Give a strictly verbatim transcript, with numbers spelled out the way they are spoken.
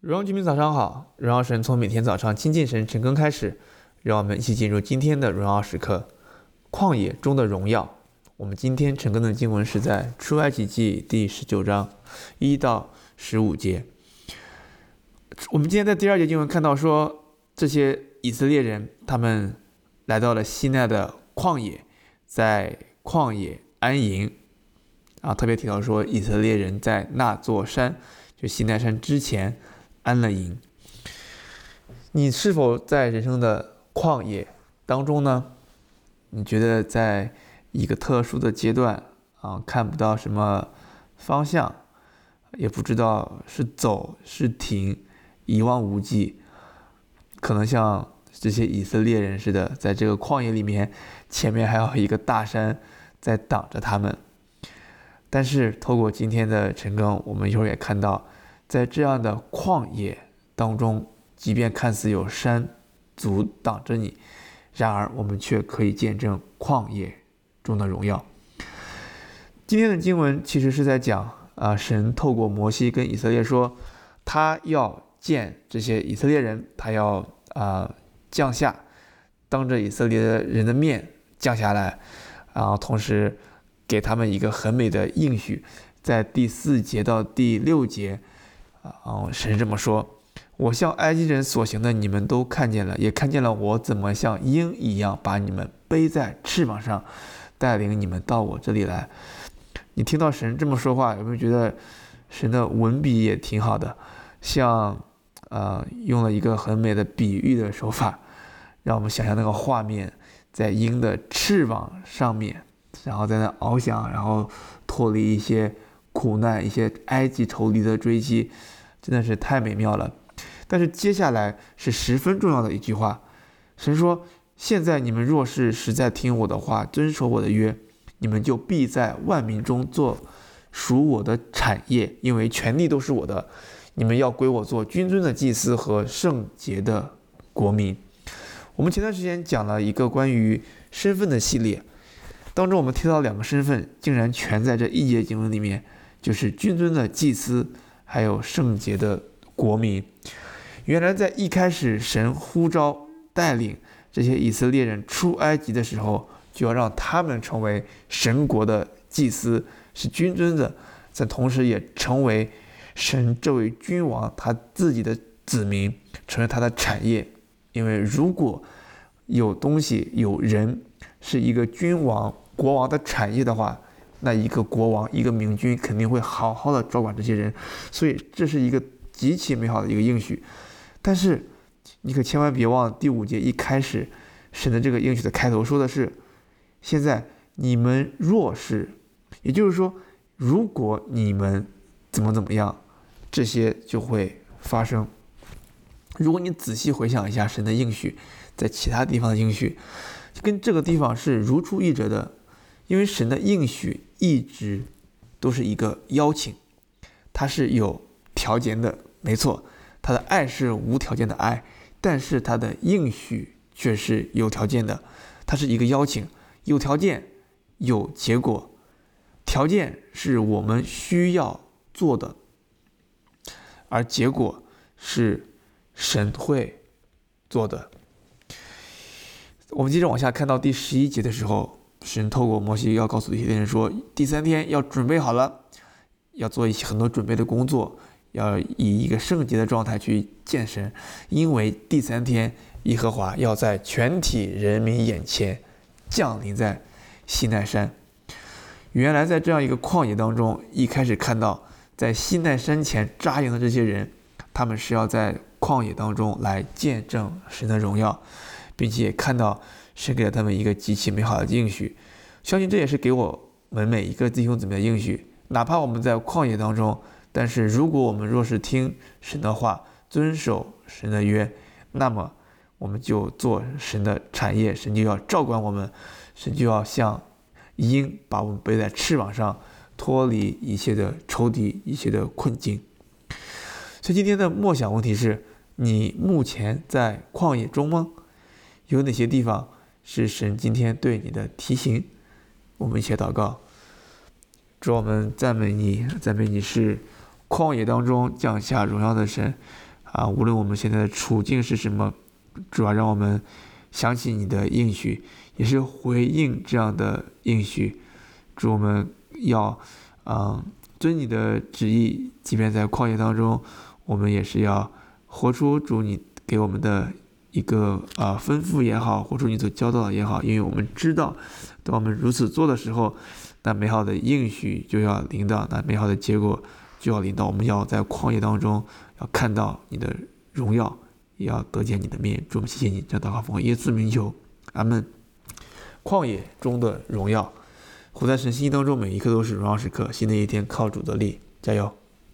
荣耀居民早上好，荣耀神从每天早上亲近神晨更开始，让我们一起进入今天的荣耀时刻。旷野中的荣耀，我们今天晨更的经文是在出埃及记第十九章一到十五节。我们今天在第二节经文看到说，这些以色列人他们来到了西奈的旷野，在旷野安营。啊，特别提到说，以色列人在那座山，就西奈山之前安了营。你是否在人生的旷野当中呢？你觉得在一个特殊的阶段啊，看不到什么方向，也不知道是走是停，一望无际，可能像这些以色列人似的，在这个旷野里面，前面还有一个大山在挡着他们。但是透过今天的晨更，我们一会儿也看到，在这样的旷野当中，即便看似有山阻挡着你，然而我们却可以见证旷野中的荣耀。今天的经文其实是在讲啊，神透过摩西跟以色列说，他要见这些以色列人，他要啊降下，当着以色列人的面降下来，然后同时给他们一个很美的应许，在第四节到第六节，啊，神这么说：我向埃及人所行的，你们都看见了，也看见了我怎么像鹰一样把你们背在翅膀上，带领你们到我这里来。你听到神这么说话，有没有觉得神的文笔也挺好的？像呃用了一个很美的比喻的手法，让我们想象那个画面，在鹰的翅膀上面，然后在那翱翔，然后脱离一些苦难，一些埃及仇敌的追击，真的是太美妙了。但是接下来是十分重要的一句话，神说：现在你们若是实在听我的话，遵守我的约，你们就必在万民中做属我的产业，因为全地都是我的，你们要归我做君尊的祭司和圣洁的国民。我们前段时间讲了一个关于身份的系列，当中我们提到两个身份竟然全在这一节经文里面，就是君尊的祭司还有圣洁的国民。原来在一开始神呼召带领这些以色列人出埃及的时候，就要让他们成为神国的祭司，是君尊的，但同时也成为神这位君王他自己的子民，成为他的产业。因为如果有东西有人是一个君王国王的产业的话，那一个国王一个明君肯定会好好的照管这些人，所以这是一个极其美好的一个应许。但是你可千万别忘了，第五节一开始神的这个应许的开头说的是，现在你们若是，也就是说如果你们怎么怎么样，这些就会发生。如果你仔细回想一下神的应许在其他地方的应许，跟这个地方是如出一辙的。因为神的应许一直都是一个邀请，它是有条件的，没错，他的爱是无条件的爱，但是他的应许却是有条件的。它是一个邀请，有条件有结果，条件是我们需要做的，而结果是神会做的。我们接着往下看到第十一节的时候，神透过摩西要告诉以色列人说，第三天要准备好了，要做一些很多准备的工作，要以一个圣洁的状态去见神，因为第三天耶和华要在全体人民眼前降临在西奈山。原来在这样一个旷野当中，一开始看到在西奈山前扎营的这些人，他们是要在旷野当中来见证神的荣耀，并且看到神给了他们一个极其美好的应许。相信这也是给我们每一个弟兄姊妹的应许，哪怕我们在旷野当中，但是如果我们若是听神的话，遵守神的约，那么我们就做神的产业，神就要照管我们，神就要像鹰把我们背在翅膀上，脱离一切的仇敌，一切的困境。所以今天的默想问题是，你目前在旷野中吗？有哪些地方是神今天对你的提醒？我们一起祷告。主，我们赞美你，赞美你是旷野当中降下荣耀的神， 啊，无论我们现在的处境是什么，主要让我们想起你的应许，也是回应这样的应许。主，我们要啊、呃、遵你的旨意，即便在旷野当中，我们也是要活出主你给我们的一个啊、呃、吩咐也好，活出你所教导的也好，因为我们知道，当我们如此做的时候，那美好的应许就要临到，那美好的结果就要临到。我们要在旷野当中要看到你的荣耀，也要得见你的面。主，我们谢谢你，这祷告奉耶稣名求，阿门。旷野中的荣耀，活在神心意当中，每一刻都是荣耀时刻。新的一天靠主得力，加油！